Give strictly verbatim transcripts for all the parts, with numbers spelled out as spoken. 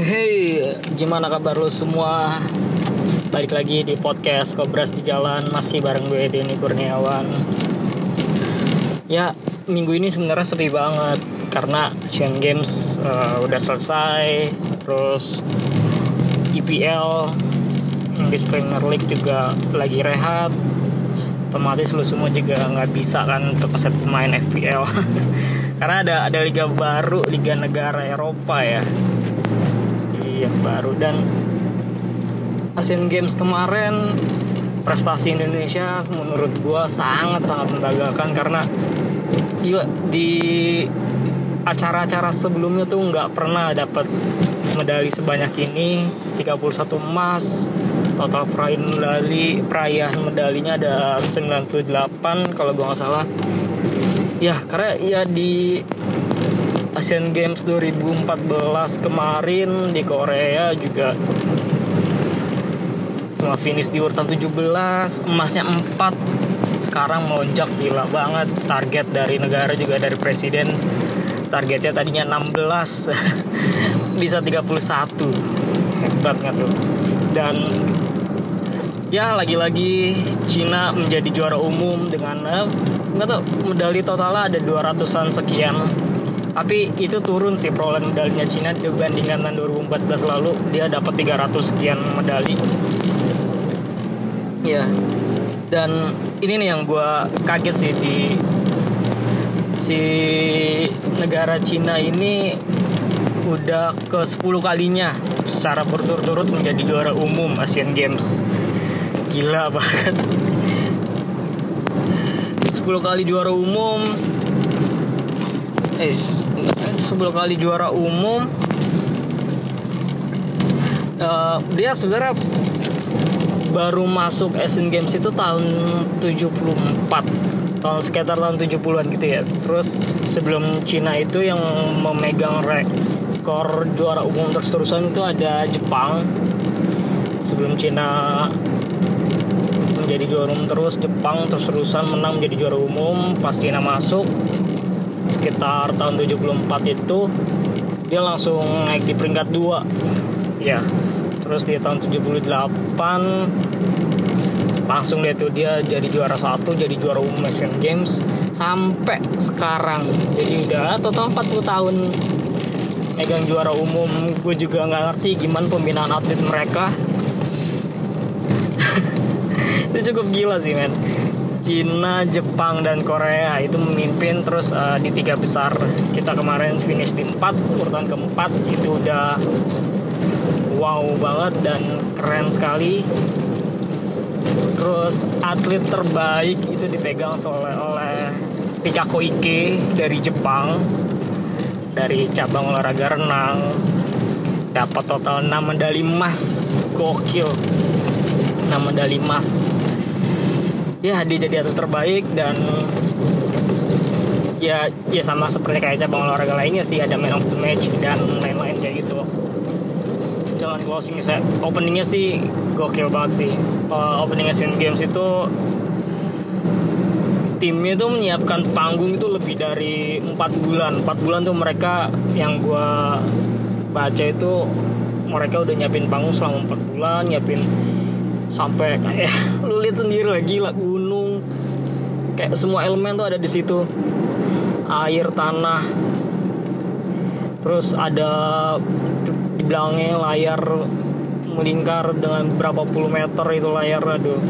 Hey, gimana kabar lu semua? Balik lagi di podcast Kobras di Jalan. Masih bareng gue, Denny Kurniawan. Ya, minggu ini sebenarnya sepi banget karena Asian Games uh, udah selesai. Terus E P L, English Premier League juga lagi rehat. Otomatis lu semua juga gak bisa kan untuk keset pemain F P L. Karena ada ada liga baru, Liga Negara Eropa ya, yang baru. Dan Asian Games kemarin prestasi Indonesia menurut gue sangat-sangat membanggakan karena gila, di acara-acara sebelumnya tuh nggak pernah dapat medali sebanyak ini. Tiga puluh satu emas, total perayaan medali perayaan medalinya ada sembilan puluh delapan kalau gue nggak salah ya. Karena ya di Asian Games dua ribu empat belas kemarin di Korea juga cuma finish di urutan tujuh belas, emasnya empat. Sekarang melonjak gila banget. Target dari negara juga dari presiden, targetnya tadinya enam belas bisa tiga puluh satu. Hebat nggak tuh? Dan ya lagi-lagi Cina menjadi juara umum dengan eh, nggak tahu medali totalnya ada dua ratusan sekian. Tapi itu turun sih perolehan medalinya Cina dibandingkan tahun dua ribu empat belas lalu. Dia dapat tiga ratus sekian medali. Ya. Dan ini nih yang gue kaget sih, di si negara Cina ini udah ke sepuluh kalinya secara berturut-turut menjadi juara umum Asian Games. Gila banget. sepuluh kali juara umum. Eh, sepuluh kali juara umum. Uh, dia sebenarnya baru masuk Asian Games itu tahun tujuh puluh empat, tahun sekitar tahun tujuh puluhan gitu ya. Terus sebelum Cina itu yang memegang rekor juara umum terus-terusan itu ada Jepang. Sebelum Cina menjadi juara umum terus, Jepang terus-terusan menang menjadi juara umum. Pas Cina masuk sekitar tahun tujuh puluh empat itu dia langsung naik di peringkat dua ya. Terus di tahun tujuh puluh delapan langsung dia tuh dia jadi juara satu, jadi juara umum Asian Games sampai sekarang. Jadi udah total empat puluh tahun megang juara umum. Gue juga nggak ngerti gimana pembinaan atlet mereka. Itu cukup gila sih men. Cina, Jepang, dan Korea itu memimpin. Terus uh, di tiga besar kita kemarin finish di empat, urutan keempat. Itu udah wow banget dan keren sekali. Terus atlet terbaik itu dipegang oleh oleh Pikako Ike dari Jepang, dari cabang olahraga renang. Dapat total enam medali emas. Gokil, enam medali emas. Ya, dia jadi atlet terbaik. Dan ya ya sama seperti kayak cabang olahraga lainnya sih, ada man of the match dan lain-lain kayak gitu. Jalan closing saya, openingnya sih gokil banget sih. Uh, opening Asian Games itu timnya tuh menyiapkan panggung itu lebih dari empat bulan. Empat bulan tuh mereka, yang gue baca itu mereka udah nyiapin panggung selama empat bulan, nyiapin sampai kayak lu lihat sendiri lah, gila, gunung, kayak semua elemen tuh ada di situ, air, tanah, terus ada di belakangnya layar melingkar dengan berapa puluh meter itu layar, aduh.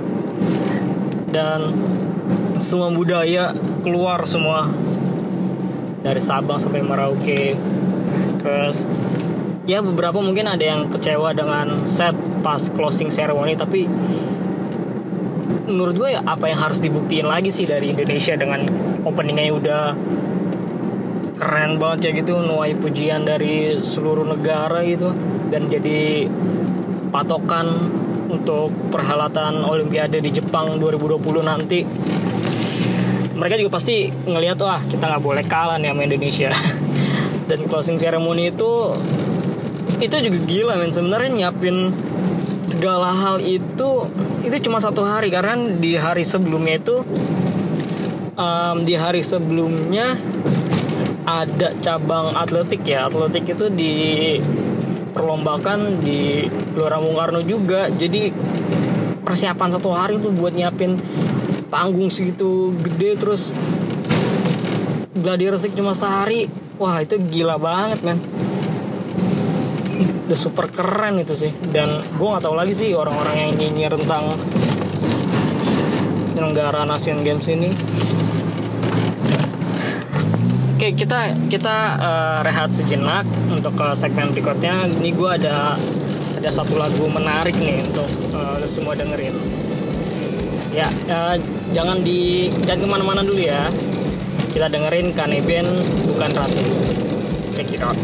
Dan semua budaya keluar semua dari Sabang sampai Merauke. Terus ya beberapa mungkin ada yang kecewa dengan set pas closing ceremony, tapi menurut gue ya apa yang harus dibuktiin lagi sih dari Indonesia dengan openingnya udah keren banget kayak gitu, nuai pujian dari seluruh negara gitu, dan jadi patokan untuk perhelatan Olimpiade di Jepang dua ribu dua puluh nanti. Mereka juga pasti ngelihat, wah kita nggak boleh kalah nih sama Indonesia. Dan closing ceremony itu itu juga gila men, sebenarnya nyiapin segala hal itu itu cuma satu hari, karena di hari sebelumnya itu um, di hari sebelumnya ada cabang atletik ya. Atletik itu di diperlombakan di Gelora Bung Karno juga. Jadi persiapan satu hari tuh buat nyiapin panggung segitu gede, terus gladi resik cuma sehari. Wah itu gila banget men, udah super keren itu sih. Dan gue nggak tahu lagi sih orang-orang yang nyinyir tentang penyelenggaraan Asian Games ini. Oke, kita kita uh, rehat sejenak untuk ke segmen berikutnya. Ini gue ada ada satu lagu menarik nih untuk uh, lo semua dengerin. Ya, uh, jangan di jangan kemana-mana dulu ya. Kita dengerin Kaneben Bukan Ratu. Check it out.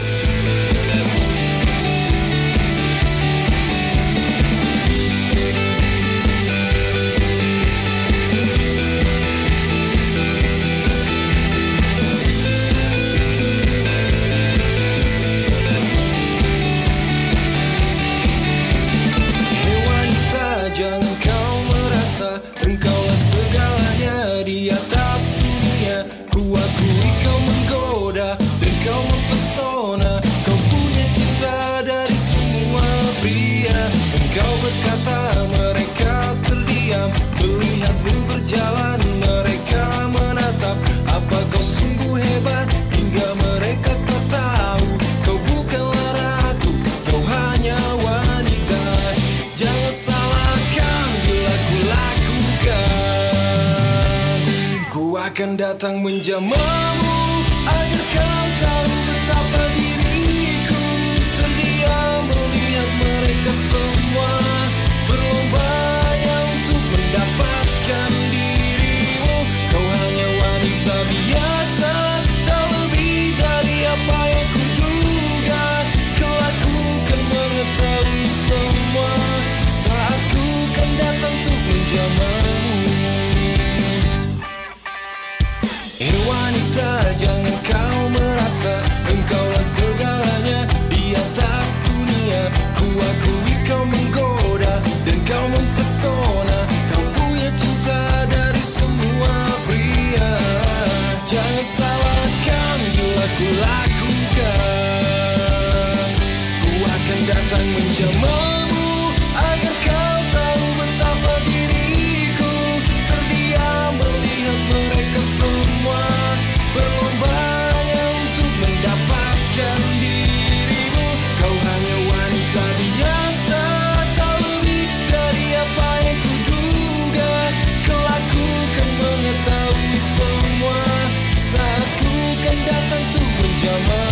Berjalan mereka menatap, apa kau sungguh hebat hingga mereka tak tahu kau bukanlah ratu, kau hanya wanita. Jangan salahkan bila ku lakukan, ku akan datang menjamahmu agar kau tahu betapa diriku terdiam melihat mereka semua berlomba untuk mendapatkan dirimu. Kau hanya wanita biasa, tak lebih dari apa yang kuduga. Kelak ku kan mengetahui semua saat ku kan datang untuk menjamahmu. Eh wanita, jangan kau merasa engkaulah segalanya di atas dunia. Ku akui kau menggoda dan kau mempesona, kau punya cinta dari semua pria. Jangan salahkan bila ku lakukan, ku akan datang menjamahmu agar kau tahu betapa diriku terdiam melihat mereka semua berlomba untuk mendapatkan dirimu. Kau hanya wanita biasa, tak lebih dari apa yang kuduga. Kelak ku kan mengetahui semua saat ku kan datang untuk menjamahmu.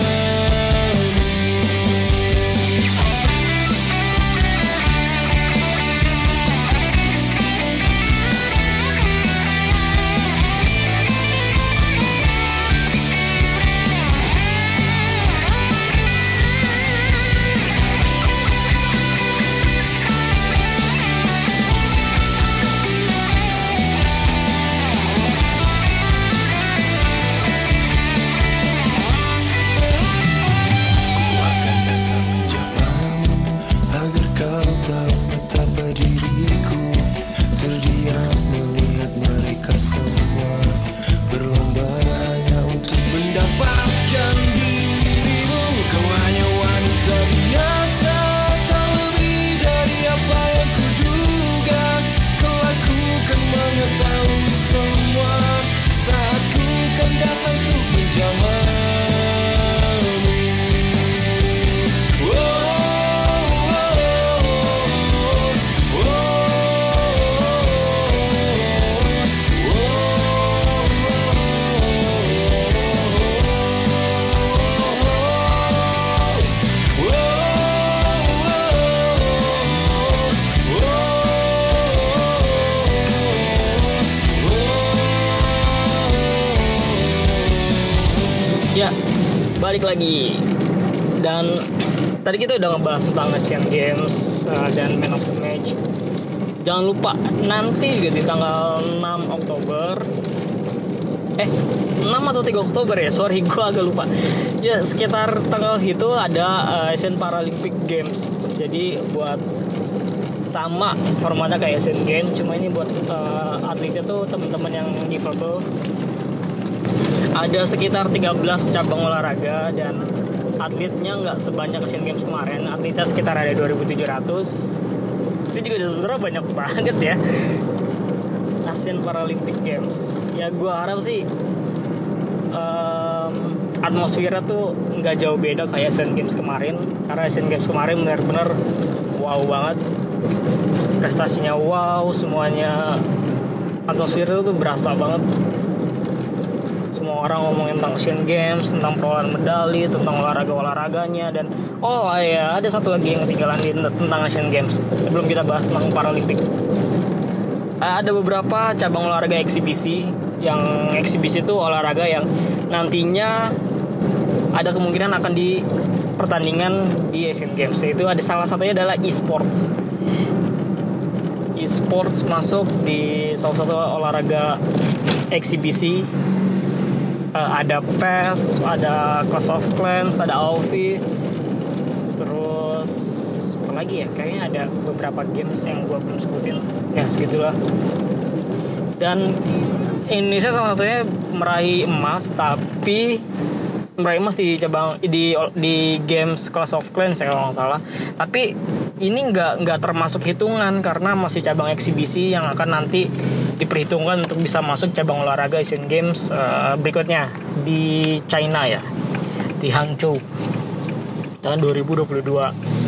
Ya, balik lagi. Dan tadi kita udah ngebahas tentang Asian Games uh, dan Man of the Match. Jangan lupa nanti juga di tanggal enam Oktober Eh enam atau tiga Oktober ya, sorry gue agak lupa. Ya sekitar tanggal segitu ada uh, Asian Paralympic Games. Jadi buat sama formatnya kayak Asian Games, cuma ini buat uh, atletnya tuh teman-teman yang difabel. Ada sekitar tiga belas cabang olahraga dan atletnya nggak sebanyak Asian Games kemarin. Atletnya sekitar ada dua ribu tujuh ratus. Itu juga sebenarnya banyak banget ya. Asian Paralympic Games. Ya gue harap sih um, atmosfernya tuh nggak jauh beda kayak Asian Games kemarin. Karena Asian Games kemarin benar-benar wow banget. Prestasinya wow, semuanya atmosfernya tuh berasa banget. Semua orang ngomongin tentang Asian Games, tentang perolehan medali, tentang olahraga-olahraganya. Dan oh ya, ada satu lagi yang ketinggalan di, tentang Asian Games sebelum kita bahas tentang Paralympic. Ada beberapa cabang olahraga eksibisi. Yang eksibisi itu olahraga yang nantinya ada kemungkinan akan di pertandingan di Asian Games. Itu ada salah satunya adalah e-sports. E-sports masuk di salah satu olahraga eksibisi. Uh, ada P E S, ada Clash of Clans, ada A O V, terus apa lagi ya? Kayaknya ada beberapa games yang gue belum sebutin. Ya segitulah. Dan Indonesia salah satunya meraih emas, tapi meraih emas di cabang di di games Clash of Clans ya kalau nggak salah. Tapi ini nggak nggak termasuk hitungan karena masih cabang eksibisi yang akan nanti diperhitungkan untuk bisa masuk cabang olahraga Asian Games uh, berikutnya di China ya, di Hangzhou tahun dua ribu dua puluh dua.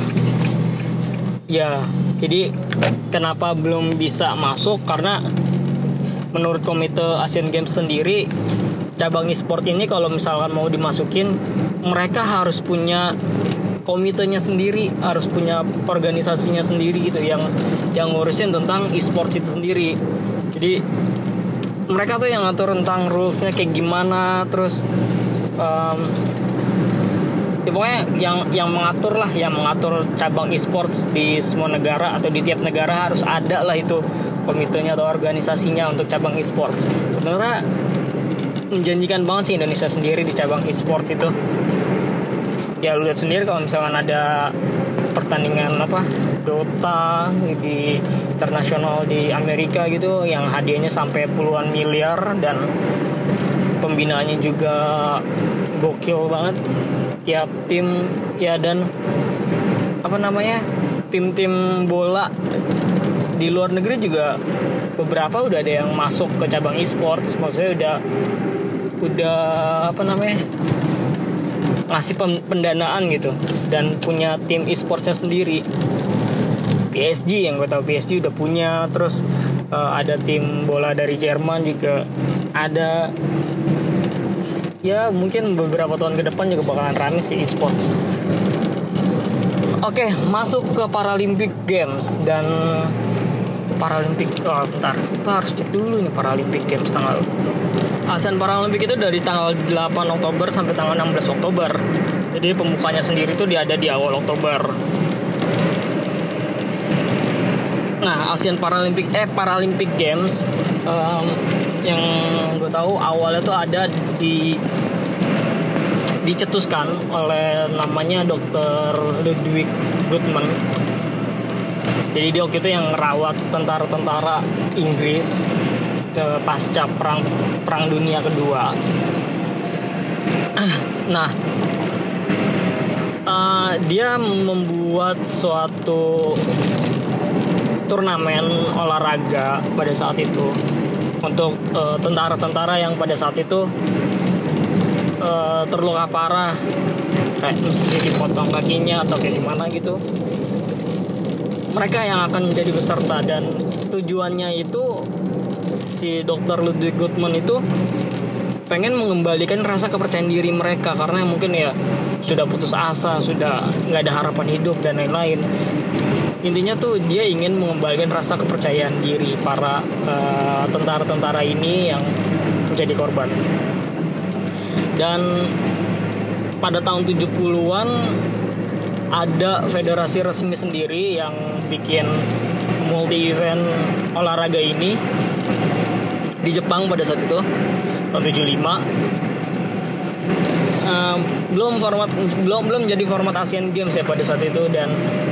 Ya, jadi kenapa belum bisa masuk? Karena menurut Komite Asian Games sendiri, cabang e-sport ini kalau misalkan mau dimasukin, mereka harus punya komitenya sendiri, harus punya organisasinya sendiri gitu yang yang ngurusin tentang e-sports itu sendiri. Jadi mereka tuh yang ngatur tentang rulesnya kayak gimana, terus um, ya pokoknya yang yang mengatur lah, yang mengatur cabang e-sports di semua negara atau di tiap negara harus ada lah itu komitenya atau organisasinya untuk cabang e-sports. Sebenarnya menjanjikan banget sih Indonesia sendiri di cabang e-sports itu. Ya lu lihat sendiri kalau misalkan ada pertandingan apa Dota di internasional di Amerika gitu yang hadiahnya sampai puluhan miliar dan pembinaannya juga gokil banget tiap tim ya. Dan apa namanya tim-tim bola di luar negeri juga beberapa udah ada yang masuk ke cabang e-sports, maksudnya udah udah apa namanya ngasih pendanaan gitu dan punya tim e-sportsnya sendiri. P S G yang gue tahu P S G udah punya, terus uh, ada tim bola dari Jerman juga ada. Ya mungkin beberapa tahun ke depan juga bakalan rame sih e-sports. Oke, masuk ke Paralympic Games dan Paralympic. Oh bentar, kita harus cek dulu nih Paralympic Games tanggal. Asian Paralympic itu dari tanggal delapan Oktober sampai tanggal enam belas Oktober. Jadi pembukanya sendiri itu dia ada di awal Oktober. Nah, Asian Paralympic eh Paralympic Games um, yang gue tahu awalnya tuh ada di dicetuskan oleh namanya dokter Ludwig Guttmann. Jadi dia waktu itu yang ngerawat tentara-tentara Inggris ke pasca perang perang dunia kedua. Nah, uh, dia membuat suatu turnamen olahraga pada saat itu untuk uh, tentara-tentara yang pada saat itu uh, terluka parah, kayak mesti dipotong kakinya atau kayak gimana gitu. Mereka yang akan menjadi peserta dan tujuannya itu si dokter Ludwig Guttmann itu pengen mengembalikan rasa kepercayaan diri mereka karena mungkin ya sudah putus asa, sudah nggak ada harapan hidup dan lain-lain. Intinya tuh dia ingin mengembalikan rasa kepercayaan diri para uh, tentara-tentara ini yang menjadi korban. Dan pada tahun tujuh puluhan ada federasi resmi sendiri yang bikin multi event olahraga ini di Jepang pada saat itu tahun tujuh puluh lima. Uh, belum format belum belum jadi format Asian Games ya pada saat itu, dan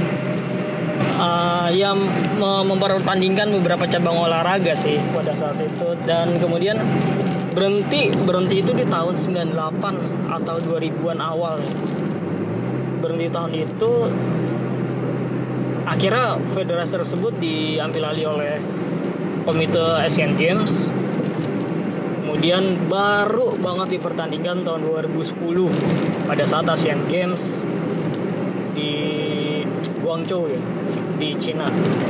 Uh, yang mempertandingkan beberapa cabang olahraga sih pada saat itu. Dan kemudian berhenti berhenti itu di tahun sembilan puluh delapan atau dua ribuan awal ya. berhenti tahun itu, akhirnya federasi tersebut diambil alih oleh Komite Asian Games. Kemudian baru banget dipertandingkan tahun dua ribu sepuluh pada saat Asian Games di Guangzhou ya, di Cina.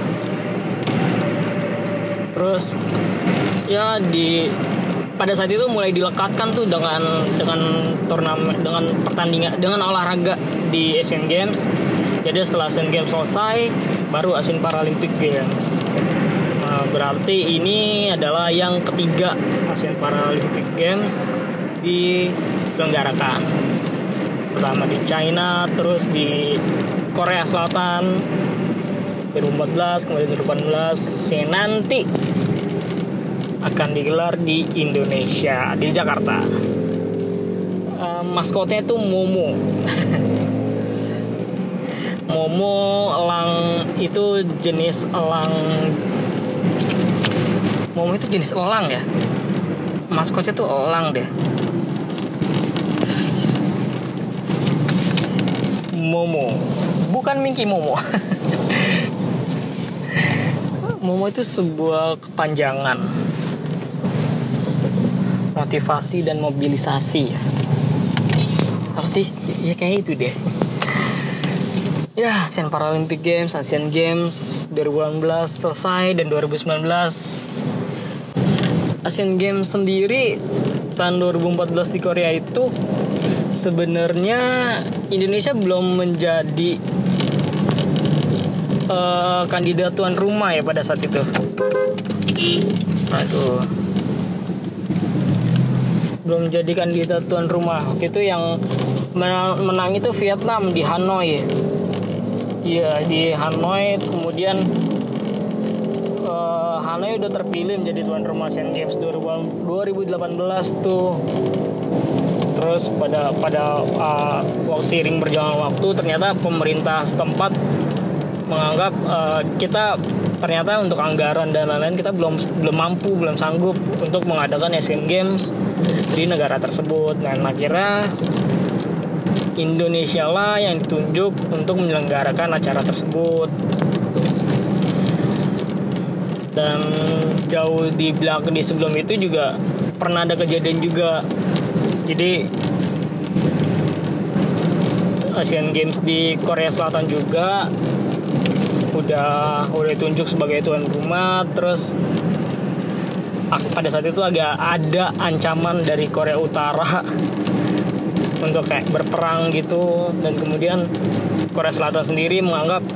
Terus ya di pada saat itu mulai dilekatkan tuh dengan dengan turnamen, dengan pertandingan, dengan olahraga di Asian Games. Jadi setelah Asian Games selesai, baru Asian Paralympic Games. Nah, berarti ini adalah yang ketiga Asian Paralympic Games diselenggarakan. Pertama di China, terus di Korea Selatan dua ribu empat belas, kemudian dua ribu delapan belas, nanti akan digelar di Indonesia, di Jakarta. Uh, maskotnya itu Momo. Momo elang itu jenis elang. Momo itu jenis elang ya. Maskotnya tuh elang deh. Momo, bukan Minky Momo. Momo itu sebuah kepanjangan motivasi dan mobilisasi. Apa sih? Ya kayak itu deh. Ya, Asian Paralympic Games, Asian Games dua ribu delapan belas selesai, dan dua ribu sembilan belas Asian Games sendiri tahun dua ribu empat belas di Korea itu sebenarnya Indonesia belum menjadi uh, kandidat tuan rumah ya pada saat itu. Aduh. Belum jadi kandidat tuan rumah. Waktu itu yang menang, menang itu Vietnam di Hanoi. Iya, di Hanoi. Kemudian uh, Hanoi udah terpilih menjadi tuan rumah Asian Games dua ribu delapan belas tuh. Terus pada pada uh, seiring berjalan waktu, ternyata pemerintah setempat menganggap uh, kita ternyata untuk anggaran dan lain-lain kita belum belum mampu, belum sanggup untuk mengadakan Asian Games di negara tersebut. Dan akhirnya Indonesia lah yang ditunjuk untuk menyelenggarakan acara tersebut. Dan jauh di belakang, di sebelum itu juga pernah ada kejadian juga. Jadi Asian Games di Korea Selatan juga udah udah ditunjuk sebagai tuan rumah. Terus pada saat itu agak ada ancaman dari Korea Utara untuk kayak berperang gitu, dan kemudian Korea Selatan sendiri menganggap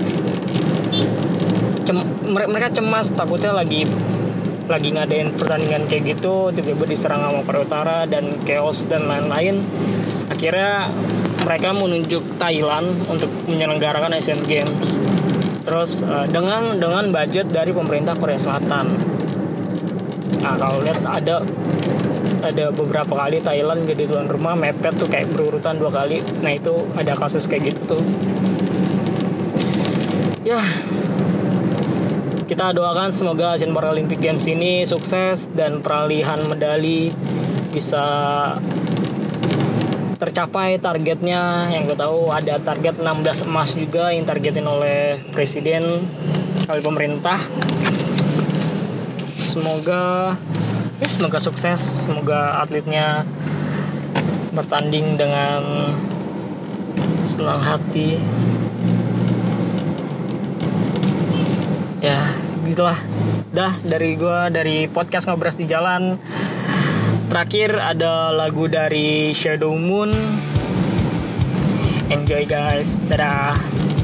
cem, mereka cemas, takutnya lagi lagi ngadain pertandingan kayak gitu tiba-tiba diserang sama Korea Utara dan chaos dan lain-lain. Akhirnya mereka menunjuk Thailand untuk menyelenggarakan Asian Games. Terus uh, dengan dengan budget dari pemerintah Korea Selatan. Nah, kalau lihat ada ada beberapa kali Thailand jadi tuan rumah, mepet tuh kayak berurutan dua kali. Nah, itu ada kasus kayak gitu tuh. Ya, kita doakan semoga Asian Paralympic Games ini sukses dan peralihan medali bisa tercapai targetnya. Yang gue tahu ada target enam belas emas juga yang targetin oleh presiden, oleh pemerintah. Semoga ya semoga sukses, semoga atletnya bertanding dengan senang hati. Ya, gitulah. Dah dari gue, dari podcast Ngobras di Jalan. Terakhir ada lagu dari Shadow Moon. Enjoy guys. Dadah.